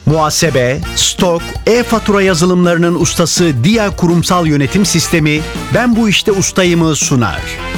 Muhasebe, stok, e-fatura yazılımlarının ustası Dia Kurumsal Yönetim Sistemi Ben Bu İşte Ustayım'ı sunar.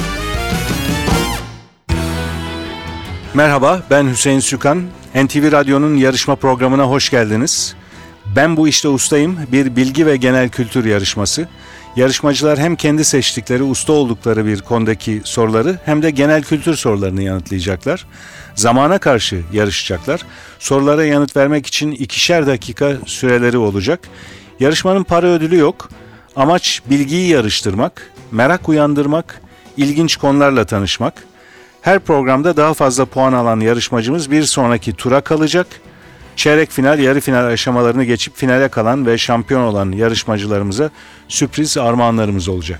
Merhaba, ben Hüseyin Sükan. NTV Radyo'nun yarışma programına hoş geldiniz. Ben Bu İşte Ustayım bir bilgi ve genel kültür yarışması. Yarışmacılar hem kendi seçtikleri, usta oldukları bir konudaki soruları hem de genel kültür sorularını yanıtlayacaklar. Zamana karşı yarışacaklar. Sorulara yanıt vermek için 2'şer dakika süreleri olacak. Yarışmanın para ödülü yok. Amaç bilgiyi yarıştırmak, merak uyandırmak, ilginç konularla tanışmak. Her programda daha fazla puan alan yarışmacımız bir sonraki tura kalacak. Çeyrek final, yarı final aşamalarını geçip finale kalan ve şampiyon olan yarışmacılarımıza sürpriz armağanlarımız olacak.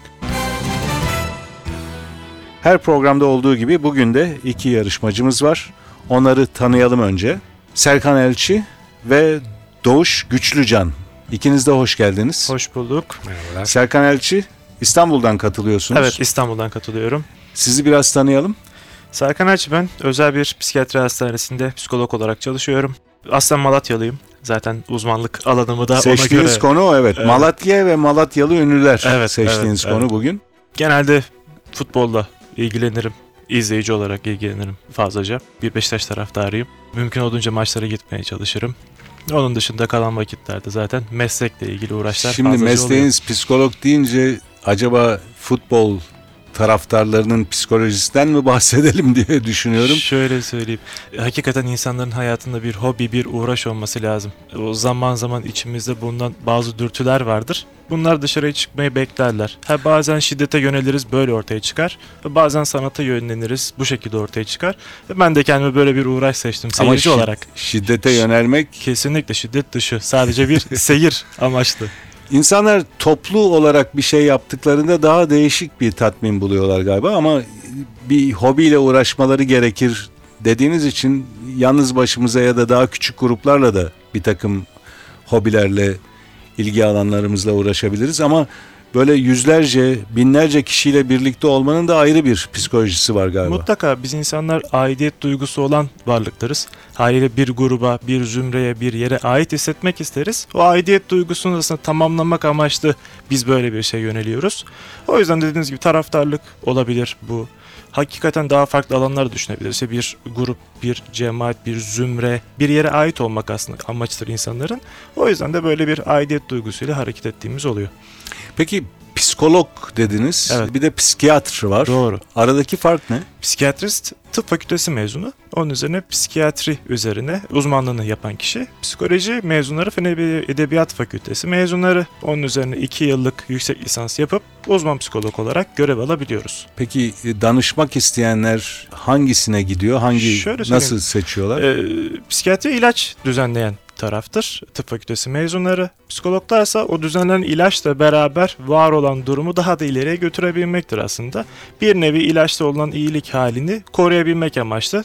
Her programda olduğu gibi bugün de 2 yarışmacımız var. Onları tanıyalım önce. Serkan Elçi ve Doğuş Güçlücan. İkiniz de hoş geldiniz. Hoş bulduk. Merhabalar. Serkan Elçi, İstanbul'dan katılıyorsunuz. Evet, İstanbul'dan katılıyorum. Sizi biraz tanıyalım. Serkan Erçi, ben özel bir psikiyatri hastanesinde psikolog olarak çalışıyorum. Aslen Malatyalıyım. Zaten uzmanlık alanımı da ona göre. Seçtiğiniz konu evet. Malatya ve Malatyalı ünlüler seçtiğiniz konu evet. bugün. Genelde futbolla ilgilenirim. İzleyici olarak ilgilenirim fazlaca. Bir Beşiktaş taraftarıyım. Mümkün olduğunca maçlara gitmeye çalışırım. Onun dışında kalan vakitlerde zaten meslekle ilgili uğraşlar Şimdi fazlaca mesleğiniz psikolog deyince acaba futbol taraftarlarının psikolojisinden mi bahsedelim diye düşünüyorum. Şöyle söyleyeyim. Hakikaten insanların hayatında bir hobi, bir uğraş olması lazım. O zaman zaman içimizde bulunan bazı dürtüler vardır. Bunlar dışarıya çıkmayı beklerler. Bazen şiddete yöneliriz, böyle ortaya çıkar. Bazen sanata yönleniriz, bu şekilde ortaya çıkar. Ben de kendime böyle bir uğraş seçtim seyirci olarak. Şiddete yönelmek... Kesinlikle şiddet dışı. Sadece bir seyir amaçlı. İnsanlar toplu olarak bir şey yaptıklarında daha değişik bir tatmin buluyorlar galiba ama bir hobiyle uğraşmaları gerekir dediğiniz için yalnız başımıza ya da daha küçük gruplarla da bir takım hobilerle, ilgi alanlarımızla uğraşabiliriz ama böyle yüzlerce, binlerce kişiyle birlikte olmanın da ayrı bir psikolojisi var galiba. Mutlaka biz insanlar aidiyet duygusu olan varlıklarız. Haliyle bir gruba, bir zümreye, bir yere ait hissetmek isteriz. O aidiyet duygusunu aslında tamamlamak amaçlı biz böyle bir şeye yöneliyoruz. O yüzden dediğiniz gibi taraftarlık olabilir bu. Hakikaten daha farklı alanlar düşünebiliriz. İşte bir grup, bir cemaat, bir zümre, bir yere ait olmak aslında amaçtır insanların. O yüzden de böyle bir aidiyet duygusuyla hareket ettiğimiz oluyor. Peki psikolog dediniz, Evet. bir de psikiyatr var. Doğru. Aradaki fark ne? Psikiyatrist tıp fakültesi mezunu. Onun üzerine psikiyatri üzerine uzmanlığını yapan kişi. Psikoloji mezunları Fen Edebiyat Fakültesi mezunları. Onun üzerine 2 yıllık yüksek lisans yapıp uzman psikolog olarak görev alabiliyoruz. Peki danışmak isteyenler hangisine gidiyor? Nasıl seçiyorlar? Psikiyatri ilaç düzenleyen taraftır. Tıp fakültesi mezunları. Psikologlarsa o düzenlenen ilaçla beraber var olan durumu daha da ileriye götürebilmektir aslında. Bir nevi ilaçla olan iyilik halini koruyabilmek amaçlı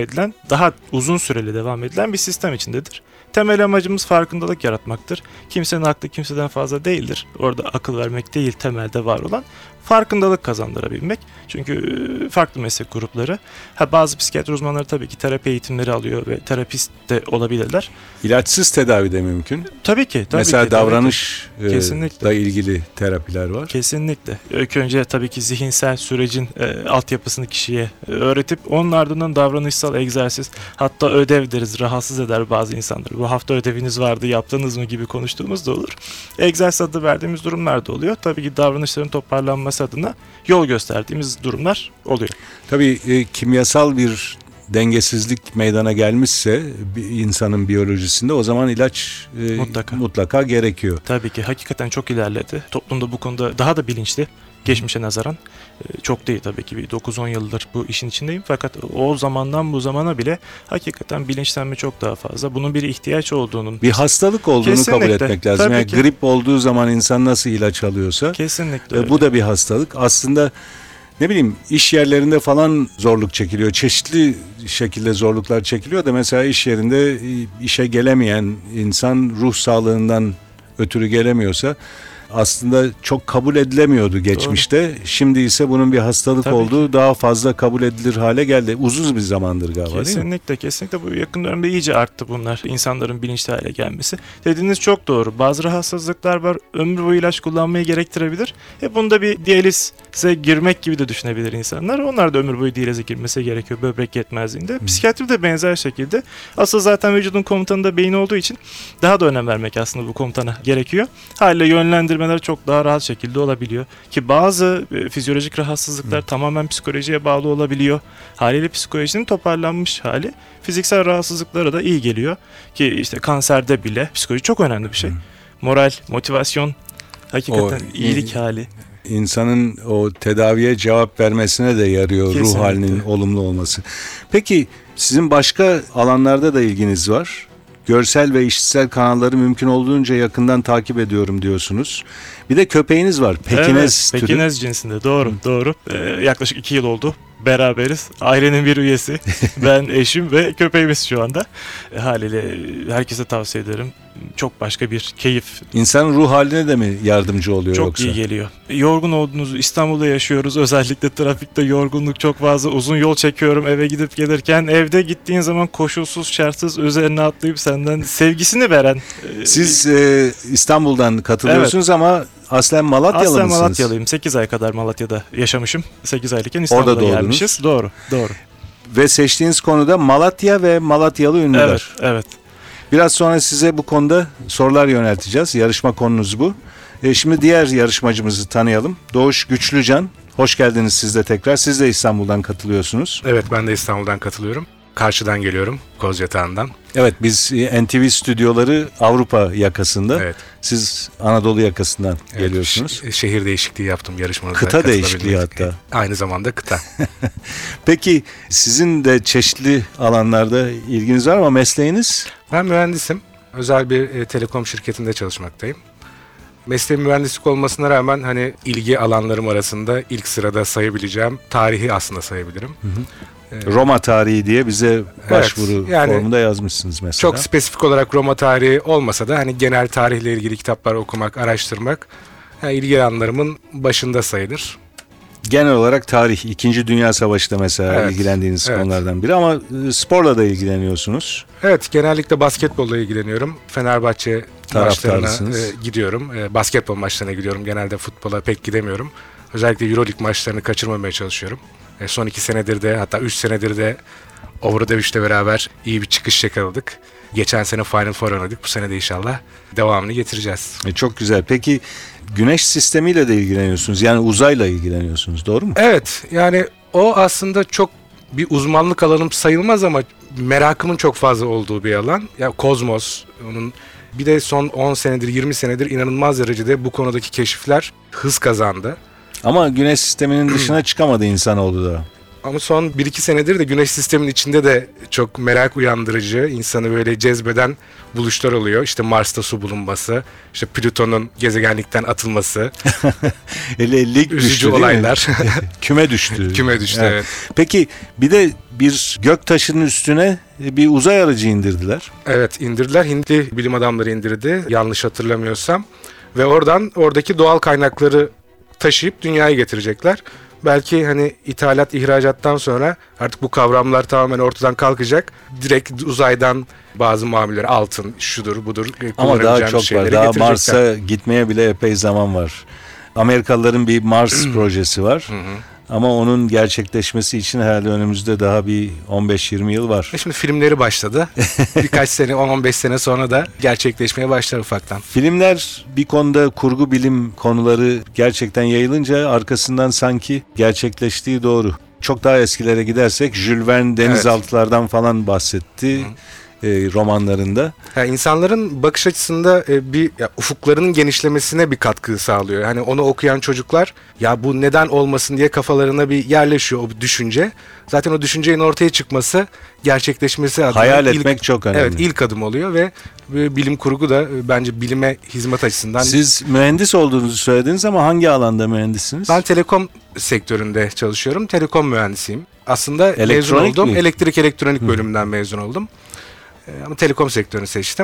daha uzun süreli devam edilen bir sistem içindedir. Temel amacımız farkındalık yaratmaktır. Kimsenin aklı kimseden fazla değildir. Orada akıl vermek değil, temelde var olan farkındalık kazandırabilmek. Çünkü farklı meslek grupları. Bazı psikiyatri uzmanları tabii ki terapi eğitimleri alıyor ve terapist de olabilirler. İlaçsız tedavi de mümkün. Tabii ki. Mesela davranışla Kesinlikle. ilgili terapiler var. Kesinlikle. İlk önce tabii ki zihinsel sürecin altyapısını kişiye öğretip onun ardından davranışsal egzersiz, hatta ödev deriz, rahatsız eder bazı insanları. Bu hafta ödeviniz vardı, yaptınız mı gibi konuştuğumuz da olur. Egzersiz adı verdiğimiz durumlar da oluyor. Tabii ki davranışların toparlanması adına yol gösterdiğimiz durumlar oluyor. Tabii kimyasal bir dengesizlik meydana gelmişse bir insanın biyolojisinde o zaman ilaç mutlaka gerekiyor. Tabii ki hakikaten çok ilerledi. Toplumda bu konuda daha da bilinçli. Geçmişe nazaran çok değil tabii ki, bir 9-10 yıldır bu işin içindeyim, fakat o zamandan bu zamana bile hakikaten bilinçlenme çok daha fazla. Bunun bir ihtiyaç olduğunun, bir hastalık olduğunu kesinlikle kabul etmek lazım. Tabii Yani ki. grip olduğu zaman insan nasıl ilaç alıyorsa Kesinlikle öyle. bu da bir hastalık. Aslında ne bileyim iş yerlerinde falan zorluk çekiliyor. Çeşitli şekilde zorluklar çekiliyor da mesela iş yerinde işe gelemeyen insan ruh sağlığından ötürü gelemiyorsa aslında çok kabul edilemiyordu geçmişte. Şimdi ise bunun bir hastalık Tabii olduğu daha fazla kabul edilir hale geldi. Uzun bir zamandır galiba, değil mi? Kesinlikle bu yakın dönemde iyice arttı bunlar. İnsanların bilinçli hale gelmesi. Dediğiniz çok doğru. Bazı rahatsızlıklar var. Ömür boyu ilaç kullanmayı gerektirebilir. Bunda bir diyalize girmek gibi de düşünebilir insanlar. Onlar da ömür boyu diyalize girmesi gerekiyor böbrek yetmezliğinde. Psikiyatri de benzer şekilde. Asıl zaten vücudun komutanı da beyin olduğu için daha da önem vermek aslında bu komutana gerekiyor. Haliyle yönlendirmeler çok daha rahat şekilde olabiliyor. Ki bazı fizyolojik rahatsızlıklar tamamen psikolojiye bağlı olabiliyor. Haliyle psikolojinin toparlanmış hali fiziksel rahatsızlıklara da iyi geliyor. Ki işte kanserde bile psikoloji çok önemli bir şey. Moral, motivasyon, hakikaten iyilik hali. İnsanın o tedaviye cevap vermesine de yarıyor. Kesinlikle. Ruh halinin olumlu olması. Peki sizin başka alanlarda da ilginiz var. Görsel ve işitsel kanalları mümkün olduğunca yakından takip ediyorum diyorsunuz. Bir de köpeğiniz var. Pekinez türü. Pekinez cinsinde, doğru. Yaklaşık 2 yıl oldu. Beraberiz. Ailenin bir üyesi. Ben, eşim ve köpeğimiz şu anda. Haliyle herkese tavsiye ederim. Çok başka bir keyif. İnsanın ruh haline de mi yardımcı oluyor Çok yoksa? iyi geliyor. Yorgun olduğunuzu İstanbul'da yaşıyoruz. Özellikle trafikte yorgunluk çok fazla. Uzun yol çekiyorum eve gidip gelirken. Evde gittiğin zaman koşulsuz şartsız üzerine atlayıp senden sevgisini veren. Siz İstanbul'dan katılıyorsunuz ama aslen Malatyalı Aslen mısınız? Malatyalıyım. 8 ay kadar Malatya'da yaşamışım. 8 aylıkken İstanbul'a Orada doğdunuz. gelmişiz. Doğru. Ve seçtiğiniz konuda Malatya ve Malatyalı ünlüler. Evet. Biraz sonra size bu konuda sorular yönelteceğiz. Yarışma konunuz bu. Şimdi diğer yarışmacımızı tanıyalım. Doğuş Güçlücan. Hoş geldiniz siz de tekrar. Siz de İstanbul'dan katılıyorsunuz. Evet, ben de İstanbul'dan katılıyorum. Karşıdan geliyorum, Kozyatağı'ndan. Evet, biz NTV stüdyoları Avrupa yakasında. Evet. Siz Anadolu yakasından Evet, geliyorsunuz. Şehir değişikliği yaptım yarışmanızda. Kıta değişikliği hatta. Aynı zamanda kıta. Peki sizin de çeşitli alanlarda ilginiz var ama mesleğiniz? Ben mühendisim. Özel bir telekom şirketinde çalışmaktayım. Mesleğim mühendislik olmasına rağmen hani ilgi alanlarım arasında ilk sırada sayabileceğim tarihi aslında sayabilirim. Roma tarihi diye bize başvuru Evet, yani formunda yazmışsınız mesela. Çok spesifik olarak Roma tarihi olmasa da hani genel tarihle ilgili kitaplar okumak, araştırmak ilgi alanlarımın başında sayılır. Genel olarak tarih, 2. Dünya Savaşı da mesela Evet, ilgilendiğiniz evet. konulardan biri ama sporla da ilgileniyorsunuz. Evet, genellikle basketbolla ilgileniyorum. Fenerbahçe maçlarına Taraftarısınız. gidiyorum. Basketbol maçlarına gidiyorum. Genelde futbola pek gidemiyorum. Özellikle Euroleague maçlarını kaçırmamaya çalışıyorum. Son 2 senedir de hatta 3 senedir de Obradoviç'le beraber iyi bir çıkış yakaladık. Geçen sene Final Four oynadık. Bu sene de inşallah devamını getireceğiz. Çok güzel. Peki güneş sistemiyle de ilgileniyorsunuz. Yani uzayla ilgileniyorsunuz. Doğru mu? Evet, yani o aslında çok bir uzmanlık alanım sayılmaz ama merakımın çok fazla olduğu bir alan. Ya kozmos, onun bir de son 10 senedir, 20 senedir inanılmaz derecede bu konudaki keşifler hız kazandı. Ama güneş sisteminin dışına çıkamadı insanoğlu da. Ama son 1-2 senedir de güneş sisteminin içinde de çok merak uyandırıcı, insanı böyle cezbeden buluşlar oluyor. İşte Mars'ta su bulunması, işte Plüton'un gezegenlikten atılması, Lig üzücü düştü değil olaylar. mi? Küme düştü. Küme düştü, evet. Peki bir de bir göktaşının üstüne bir uzay aracı indirdiler. Evet, indirdiler. Hintli bilim adamları indirdi yanlış hatırlamıyorsam. Ve oradaki doğal kaynakları taşıyıp dünyaya getirecekler. Belki hani ithalat, ihracattan sonra artık bu kavramlar tamamen ortadan kalkacak. Direkt uzaydan bazı mamulleri, altın, şudur budur Ama daha çok var. şeyleri Daha getirecekler. Mars'a gitmeye bile epey zaman var. Amerikalıların bir Mars projesi var. Ama onun gerçekleşmesi için herhalde önümüzde daha bir 15-20 yıl var. Ve şimdi filmleri başladı. Birkaç sene, 10-15 sene sonra da gerçekleşmeye başlar ufaktan. Filmler bir konuda kurgu bilim konuları gerçekten yayılınca arkasından sanki gerçekleştiği doğru. Çok daha eskilere gidersek Jules Verne denizaltılardan falan bahsetti romanlarında. Yani insanların bakış açısında ufuklarının genişlemesine bir katkı sağlıyor. Hani onu okuyan çocuklar ya bu neden olmasın diye kafalarına bir yerleşiyor o düşünce. Zaten o düşüncenin ortaya çıkması, gerçekleşmesi adına Hayal etmek çok önemli. Evet, ilk adım oluyor ve bilim kurgu da bence bilime hizmet açısından. Siz mühendis olduğunuzu söylediniz ama hangi alanda mühendisiniz? Ben telekom sektöründe çalışıyorum. Telekom mühendisiyim. Aslında mezun Elektronik oldum. mi? Elektrik elektronik bölümünden mezun oldum. Ama telekom sektörünü seçtim.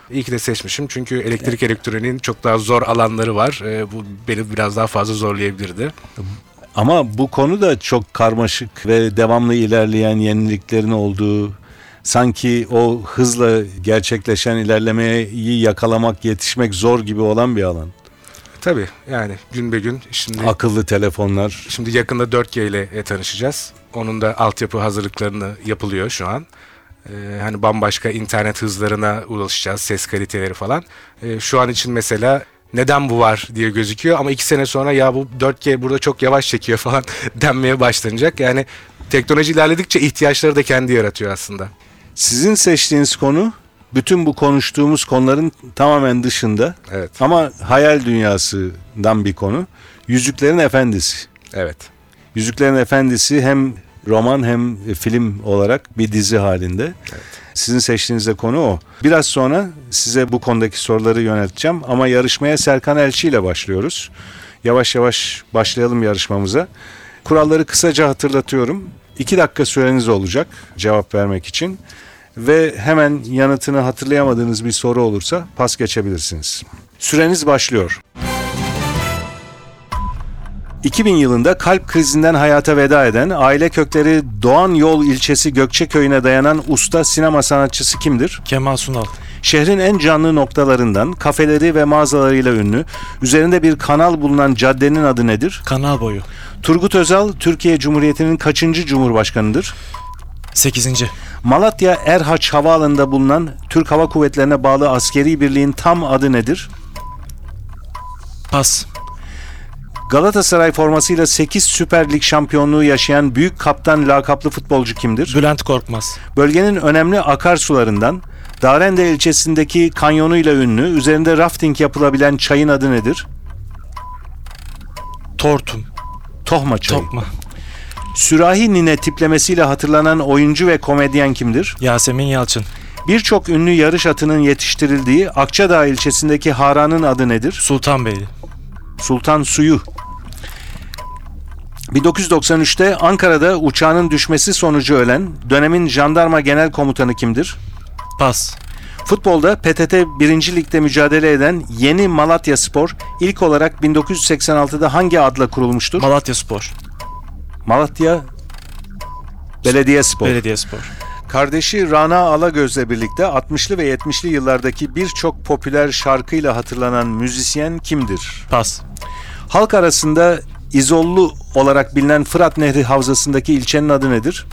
İyi ki de seçmişim çünkü elektrik elektroniğin çok daha zor alanları var. Bu beni biraz daha fazla zorlayabilirdi. Ama bu konu da çok karmaşık ve devamlı ilerleyen yeniliklerin olduğu, sanki o hızla gerçekleşen ilerlemeyi yakalamak, yetişmek zor gibi olan bir alan. Tabii yani gün be gün şimdi Akıllı telefonlar. Şimdi yakında 4G ile tanışacağız. Onun da altyapı hazırlıklarını yapılıyor şu an. Hani bambaşka internet hızlarına ulaşacağız, ses kaliteleri falan. Şu an için mesela neden bu var diye gözüküyor ama 2 sene sonra ya bu 4G burada çok yavaş çekiyor falan denmeye başlanacak. Yani teknoloji ilerledikçe ihtiyaçları da kendi yaratıyor aslında. Sizin seçtiğiniz konu bütün bu konuştuğumuz konuların tamamen dışında. Evet. Ama hayal dünyasından bir konu. Yüzüklerin Efendisi. Evet. Yüzüklerin Efendisi hem roman hem film olarak bir dizi halinde. Evet. Sizin seçtiğiniz de konu o. Biraz sonra size bu konudaki soruları yönelteceğim ama yarışmaya Serkan Elçi ile başlıyoruz. Yavaş yavaş başlayalım yarışmamıza. Kuralları kısaca hatırlatıyorum. 2 dakika süreniz olacak cevap vermek için ve hemen yanıtını hatırlayamadığınız bir soru olursa pas geçebilirsiniz. Süreniz başlıyor. 2000 yılında kalp krizinden hayata veda eden, aile kökleri Doğan Yol ilçesi Gökçeköy'üne dayanan usta sinema sanatçısı kimdir? Kemal Sunal. Şehrin en canlı noktalarından, kafeleri ve mağazalarıyla ünlü, üzerinde bir kanal bulunan caddenin adı nedir? Kanal boyu. Turgut Özal, Türkiye Cumhuriyeti'nin kaçıncı cumhurbaşkanıdır? 8. Malatya Erhaç Havaalanı'nda bulunan Türk Hava Kuvvetleri'ne bağlı askeri birliğin tam adı nedir? Pas. Galatasaray formasıyla 8 Süper Lig şampiyonluğu yaşayan büyük kaptan lakaplı futbolcu kimdir? Bülent Korkmaz. Bölgenin önemli akarsularından Darende ilçesindeki kanyonuyla ünlü, üzerinde rafting yapılabilen çayın adı nedir? Tortum. Tohma çayı. Tokma. Sürahi nine tiplemesiyle hatırlanan oyuncu ve komedyen kimdir? Yasemin Yalçın. Birçok ünlü yarış atının yetiştirildiği Akçadağ ilçesindeki haranın adı nedir? Sultanbeyli. Sultan Suyu. 1993'te Ankara'da uçağının düşmesi sonucu ölen dönemin jandarma genel komutanı kimdir? Pas. Futbolda PTT 1. Lig'de mücadele eden Yeni Malatyaspor ilk olarak 1986'da hangi adla kurulmuştur? Malatyaspor. Malatya Belediyespor. Belediyespor. Kardeşi Rana Alagöz'le birlikte 60'lı ve 70'li yıllardaki birçok popüler şarkıyla hatırlanan müzisyen kimdir? Pas. Halk arasında İzollu olarak bilinen Fırat Nehri Havzası'ndaki ilçenin adı nedir?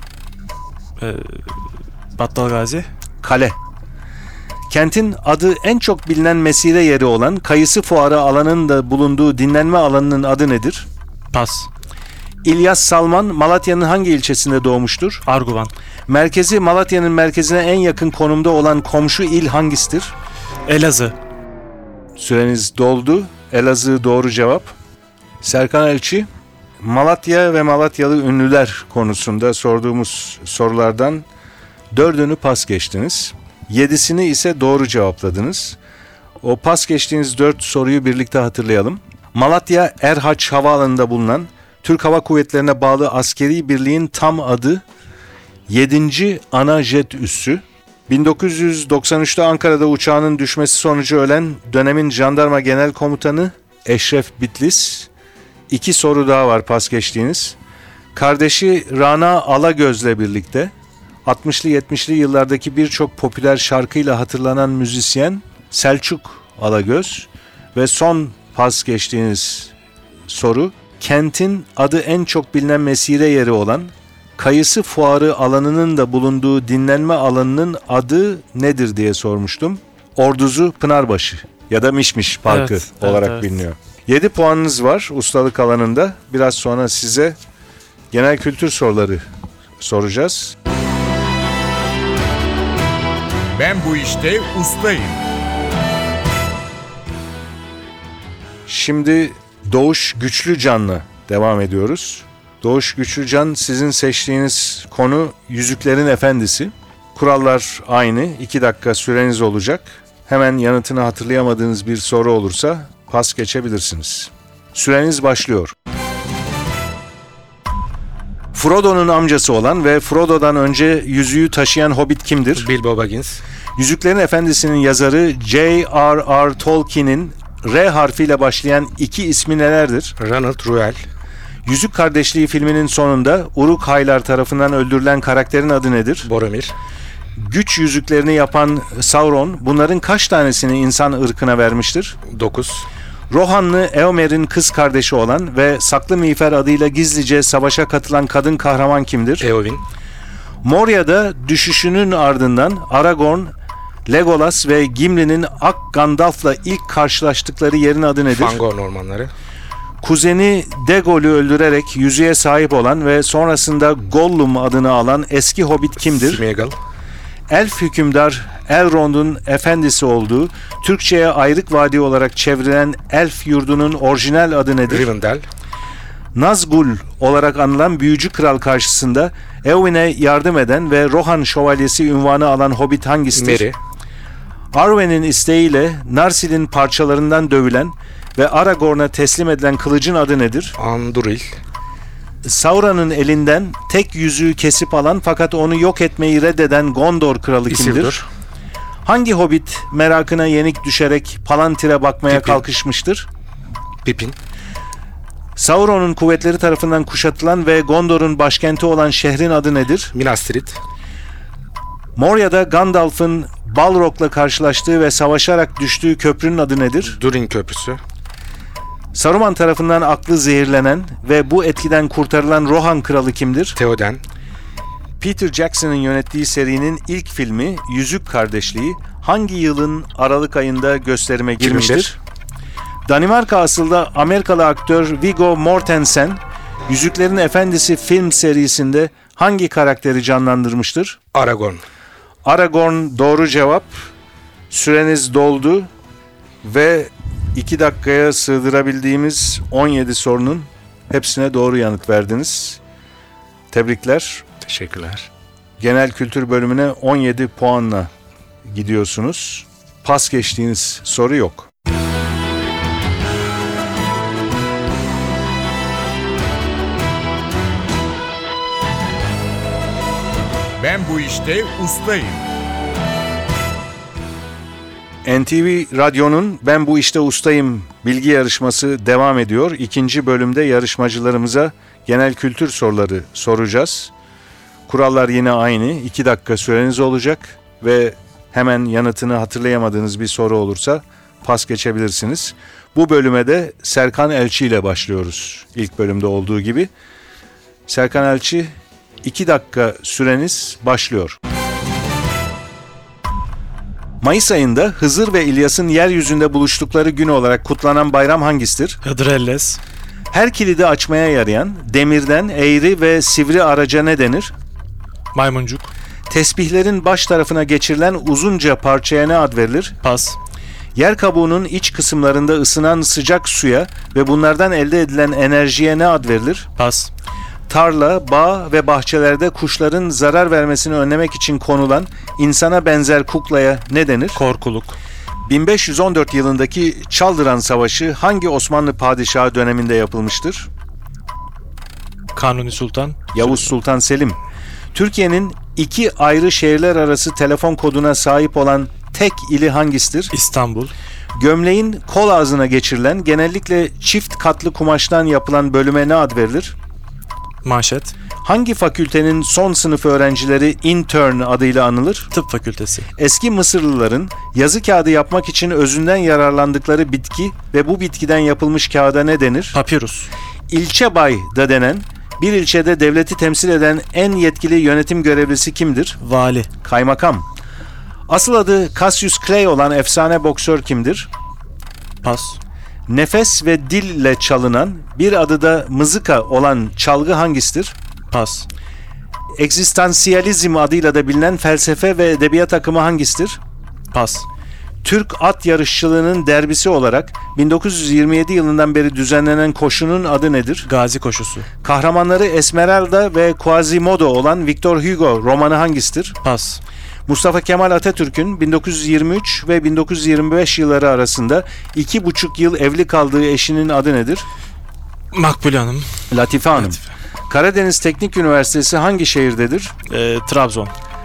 Battalgazi. Kale. Kentin adı en çok bilinen mesire yeri olan Kayısı Fuarı alanının da bulunduğu dinlenme alanının adı nedir? Pas. İlyas Salman Malatya'nın hangi ilçesinde doğmuştur? Arguvan. Merkezi Malatya'nın merkezine en yakın konumda olan komşu il hangisidir? Elazığ. Süreniz doldu. Elazığ doğru cevap. Serkan Elçi, Malatya ve Malatyalı ünlüler konusunda sorduğumuz sorulardan 4'ünü pas geçtiniz. 7'sini ise doğru cevapladınız. O pas geçtiğiniz 4 soruyu birlikte hatırlayalım. Malatya Erhaç Havaalanı'nda bulunan Türk Hava Kuvvetleri'ne bağlı askeri birliğin tam adı 7. Ana Jet Üssü. 1993'te Ankara'da uçağının düşmesi sonucu ölen dönemin jandarma genel komutanı Eşref Bitlis. 2 soru daha var pas geçtiğiniz. Kardeşi Rana Alagöz'le birlikte 60'lı 70'li yıllardaki birçok popüler şarkıyla hatırlanan müzisyen Selçuk Alagöz ve son pas geçtiğiniz soru kentin adı en çok bilinen mesire yeri olan Kayısı Fuarı alanının da bulunduğu dinlenme alanının adı nedir diye sormuştum. Orduzu Pınarbaşı ya da Mişmiş Parkı Evet, olarak evet. biliniyor. 7 puanınız var ustalık alanında. Biraz sonra size genel kültür soruları soracağız. Ben bu işte ustayım. Şimdi Doğuş Güçlücan'la devam ediyoruz. Doğuş Güçlücan sizin seçtiğiniz konu Yüzüklerin Efendisi. Kurallar aynı. 2 dakika süreniz olacak. Hemen yanıtını hatırlayamadığınız bir soru olursa pas geçebilirsiniz. Süreniz başlıyor. Frodo'nun amcası olan ve Frodo'dan önce yüzüğü taşıyan hobbit kimdir? Bilbo Baggins. Yüzüklerin Efendisi'nin yazarı J.R.R. Tolkien'in R harfiyle başlayan iki ismi nelerdir? Ronald Ruel. Yüzük Kardeşliği filminin sonunda Uruk-haylar tarafından öldürülen karakterin adı nedir? Boromir. Güç yüzüklerini yapan Sauron bunların kaç tanesini insan ırkına vermiştir? 9. Rohanlı Eomer'in kız kardeşi olan ve Saklı Miğfer adıyla gizlice savaşa katılan kadın kahraman kimdir? Eowyn. Moria'da düşüşünün ardından Aragorn, Legolas ve Gimli'nin Ak Gandalf'la ilk karşılaştıkları yerin adı nedir? Fangorn ormanları. Kuzeni Dagol'ü öldürerek yüzüğe sahip olan ve sonrasında Gollum adını alan eski hobbit kimdir? Sméagol. Elf hükümdar Elrond'un efendisi olduğu, Türkçe'ye Ayrık Vadi olarak çevrilen Elf yurdunun orijinal adı nedir? Rivendell. Nazgul olarak anılan büyücü kral karşısında Eowyn'e yardım eden ve Rohan şövalyesi ünvanı alan hobbit hangisidir? Merry. Arwen'in isteğiyle Narsil'in parçalarından dövülen ve Aragorn'a teslim edilen kılıcın adı nedir? Anduril. Sauron'un elinden tek yüzüğü kesip alan fakat onu yok etmeyi reddeden Gondor kralı kimdir? Isildur. Hangi hobbit merakına yenik düşerek Palantir'e bakmaya Pippin. kalkışmıştır? Pippin. Sauron'un kuvvetleri tarafından kuşatılan ve Gondor'un başkenti olan şehrin adı nedir? Minas Tirith. Moria'da Gandalf'ın Balrog'la karşılaştığı ve savaşarak düştüğü köprünün adı nedir? Durin Köprüsü. Saruman tarafından aklı zehirlenen ve bu etkiden kurtarılan Rohan kralı kimdir? Theoden. Peter Jackson'ın yönettiği serinin ilk filmi Yüzük Kardeşliği hangi yılın Aralık ayında gösterime girmiştir? 2001. Danimarka asıllı Amerikalı aktör Viggo Mortensen, Yüzüklerin Efendisi film serisinde hangi karakteri canlandırmıştır? Aragorn. Aragorn doğru cevap. Süreniz doldu ve 2 dakikaya sığdırabildiğimiz 17 sorunun hepsine doğru yanıt verdiniz. Tebrikler. Teşekkürler. Genel kültür bölümüne 17 puanla gidiyorsunuz. Pas geçtiğiniz soru yok. Ben bu işte ustayım. NTV Radyo'nun Ben Bu İşte Ustayım bilgi yarışması devam ediyor. İkinci bölümde yarışmacılarımıza genel kültür soruları soracağız. Kurallar yine aynı. 2 dakika süreniz olacak ve hemen yanıtını hatırlayamadığınız bir soru olursa pas geçebilirsiniz. Bu bölüme de Serkan Elçi ile başlıyoruz. İlk bölümde olduğu gibi. Serkan Elçi, 2 dakika süreniz başlıyor. Mayıs ayında Hızır ve İlyas'ın yeryüzünde buluştukları gün olarak kutlanan bayram hangisidir? Hıdrellez. Her kilidi açmaya yarayan, demirden eğri ve sivri araca ne denir? Maymuncuk. Tesbihlerin baş tarafına geçirilen uzunca parçaya ne ad verilir? Pas. Yer kabuğunun iç kısımlarında ısınan sıcak suya ve bunlardan elde edilen enerjiye ne ad verilir? Pas. Tarla, bağ ve bahçelerde kuşların zarar vermesini önlemek için konulan insana benzer kuklaya ne denir? Korkuluk. 1514 yılındaki Çaldıran Savaşı hangi Osmanlı padişahı döneminde yapılmıştır? Kanuni Sultan. Yavuz Sultan Selim. Türkiye'nin 2 ayrı şehirler arası telefon koduna sahip olan tek ili hangisidir? İstanbul. Gömleğin kol ağzına geçirilen, genellikle çift katlı kumaştan yapılan bölüme ne ad verilir? Manşet. Hangi fakültenin son sınıf öğrencileri intern adıyla anılır? Tıp Fakültesi. Eski Mısırlıların yazı kağıdı yapmak için özünden yararlandıkları bitki ve bu bitkiden yapılmış kağıda ne denir? Papirus. İlçe bay da denen, bir ilçede devleti temsil eden en yetkili yönetim görevlisi kimdir? Vali. Kaymakam. Asıl adı Cassius Clay olan efsane boksör kimdir? Pas. Nefes ve dille çalınan, bir adı da mızıka olan çalgı hangisidir? Pas. Egzistansiyalizm adıyla da bilinen felsefe ve edebiyat akımı hangisidir? Pas. Türk at yarışçılığının derbisi olarak 1927 yılından beri düzenlenen koşunun adı nedir? Gazi Koşusu. Kahramanları Esmeralda ve Quasimodo olan Victor Hugo romanı hangisidir? Pas. Mustafa Kemal Atatürk'ün 1923 ve 1925 yılları arasında 2,5 yıl evli kaldığı eşinin adı nedir? Makbule Hanım. Latife Hanım. Latife. Karadeniz Teknik Üniversitesi hangi şehirdedir? Trabzon.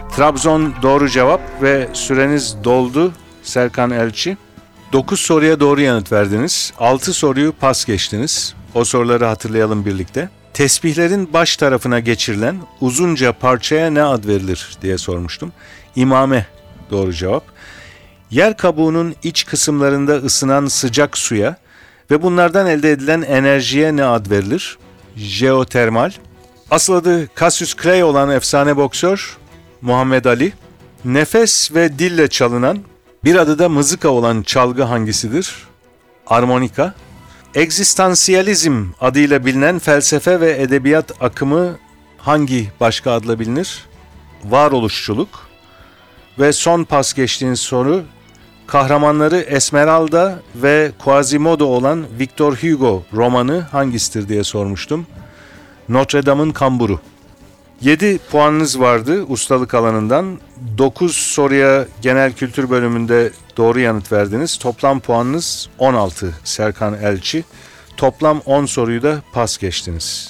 Trabzon doğru cevap ve süreniz doldu Serkan Elçi. 9 soruya doğru yanıt verdiniz. 6 soruyu pas geçtiniz. O soruları hatırlayalım birlikte. Tesbihlerin baş tarafına geçirilen uzunca parçaya ne ad verilir diye sormuştum. İmame doğru cevap. Yer kabuğunun iç kısımlarında ısınan sıcak suya ve bunlardan elde edilen enerjiye ne ad verilir? Jeotermal. Asıl adı Cassius Clay olan efsane boksör Muhammed Ali. Nefes ve dille çalınan, bir adı da mızıka olan çalgı hangisidir? Armonika. Egzistansiyalizm adıyla bilinen felsefe ve edebiyat akımı hangi başka adla bilinir? Varoluşçuluk. Ve son pas geçtiğiniz soru, kahramanları Esmeralda ve Quasimodo olan Victor Hugo romanı hangisidir diye sormuştum. Notre Dame'ın Kamburu. 7 puanınız vardı ustalık alanından. 9 soruya genel kültür bölümünde doğru yanıt verdiniz. Toplam puanınız 16 Serkan Elçi. Toplam 10 soruyu da pas geçtiniz.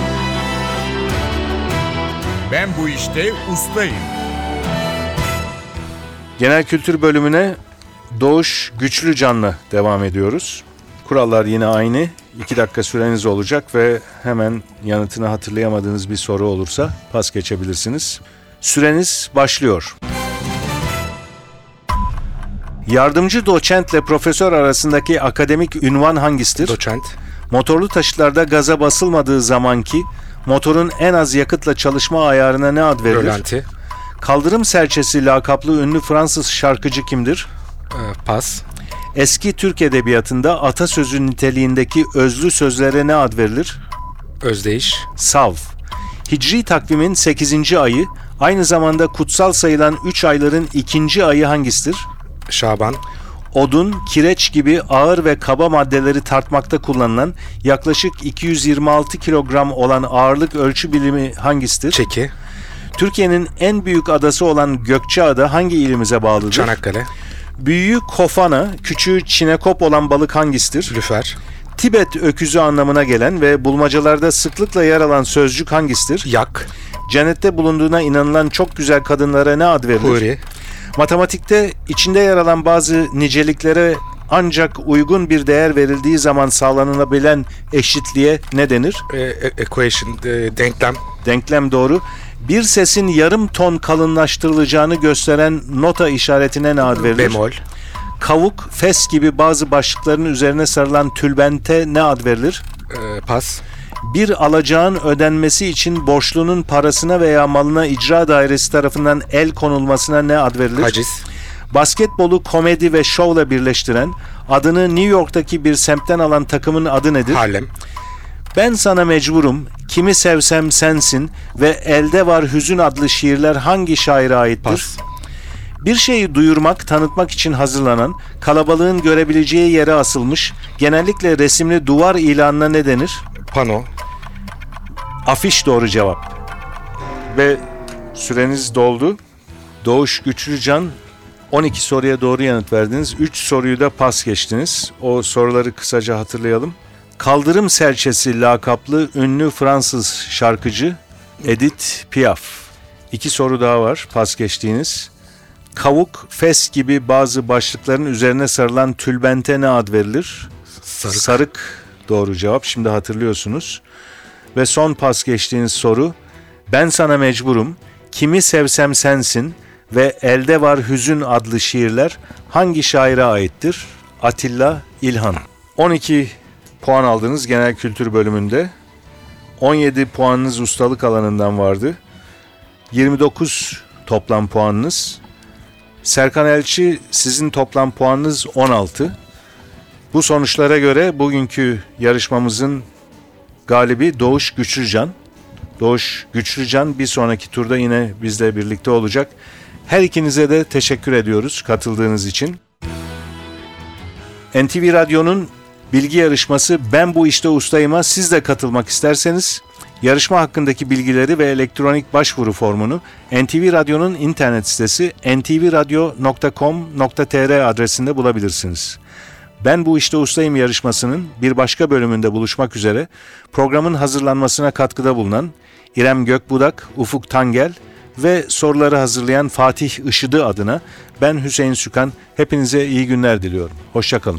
Ben bu işte ustayım. Genel kültür bölümüne Doğuş Güçlücan'la devam ediyoruz. Kurallar yine aynı. 2 dakika süreniz olacak ve hemen yanıtını hatırlayamadığınız bir soru olursa pas geçebilirsiniz. Süreniz başlıyor. Yardımcı doçentle profesör arasındaki akademik ünvan hangisidir? Doçent. Motorlu taşıtlarda gaza basılmadığı zamanki motorun en az yakıtla çalışma ayarına ne ad verilir? Rölanti. Kaldırım serçesi lakaplı ünlü Fransız şarkıcı kimdir? Pas. Eski Türk edebiyatında atasözü niteliğindeki özlü sözlere ne ad verilir? Özdeyiş. Sav. Hicri takvimin 8. ayı, aynı zamanda kutsal sayılan 3 ayların 2. ayı hangisidir? Şaban. Odun, kireç gibi ağır ve kaba maddeleri tartmakta kullanılan yaklaşık 226 kilogram olan ağırlık ölçü birimi hangisidir? Çeki. Türkiye'nin en büyük adası olan Gökçeada hangi ilimize bağlıdır? Çanakkale. Büyüğü kofana, küçüğü çinekop olan balık hangisidir? Lüfer. Tibet öküzü anlamına gelen ve bulmacalarda sıklıkla yer alan sözcük hangisidir? Yak. Cennette bulunduğuna inanılan çok güzel kadınlara ne ad verilir? Huri. Matematikte içinde yer alan bazı niceliklere ancak uygun bir değer verildiği zaman sağlanabilen eşitliğe ne denir? Equation. Denklem. Denklem doğru. Bir sesin yarım ton kalınlaştırılacağını gösteren nota işaretine ne ad verilir? Bemol. Kavuk, fes gibi bazı başlıkların üzerine sarılan tülbente ne ad verilir? Pas. Bir alacağın ödenmesi için borçlunun parasına veya malına icra dairesi tarafından el konulmasına ne ad verilir? Haciz. Basketbolu komedi ve şovla birleştiren, adını New York'taki bir semtten alan takımın adı nedir? Harlem. Ben sana mecburum, kimi sevsem sensin ve elde var hüzün adlı şiirler hangi şaire aittir? Pas. Bir şeyi duyurmak, tanıtmak için hazırlanan, kalabalığın görebileceği yere asılmış, genellikle resimli duvar ilanına ne denir? Pano. Afiş doğru cevap. Ve süreniz doldu. Doğuş Güçlücan, 12 soruya doğru yanıt verdiniz. 3 soruyu da pas geçtiniz. O soruları kısaca hatırlayalım. Kaldırım serçesi lakaplı ünlü Fransız şarkıcı Edith Piaf. 2 soru daha var pas geçtiğiniz. Kavuk, fes gibi bazı başlıkların üzerine sarılan tülbente ne ad verilir? Sarık. Sarık doğru cevap. Şimdi hatırlıyorsunuz. Ve son pas geçtiğiniz soru. Ben sana mecburum, kimi sevsem sensin ve elde var hüzün adlı şiirler hangi şaire aittir? Atilla İlhan. 12 puan aldınız genel kültür bölümünde. 17 puanınız ustalık alanından vardı. 29 toplam puanınız. Serkan Elçi, sizin toplam puanınız 16. Bu sonuçlara göre bugünkü yarışmamızın galibi Doğuş Güçlücan. Doğuş Güçlücan bir sonraki turda yine bizle birlikte olacak. Her ikinize de teşekkür ediyoruz katıldığınız için. NTV Radyo'nun bilgi yarışması Ben Bu İşte Ustayım'a siz de katılmak isterseniz yarışma hakkındaki bilgileri ve elektronik başvuru formunu NTV Radyo'nun internet sitesi ntvradio.com.tr adresinde bulabilirsiniz. Ben Bu İşte Ustayım yarışmasının bir başka bölümünde buluşmak üzere programın hazırlanmasına katkıda bulunan İrem Gökbudak, Ufuk Tangel ve soruları hazırlayan Fatih Işıdı adına ben Hüseyin Sükan. Hepinize iyi günler diliyorum. Hoşça kalın.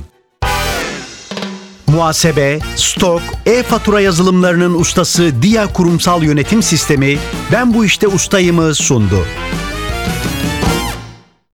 Muhasebe, stok, e-fatura yazılımlarının ustası Dia Kurumsal Yönetim Sistemi Ben Bu İşte Ustayım'ı sundu.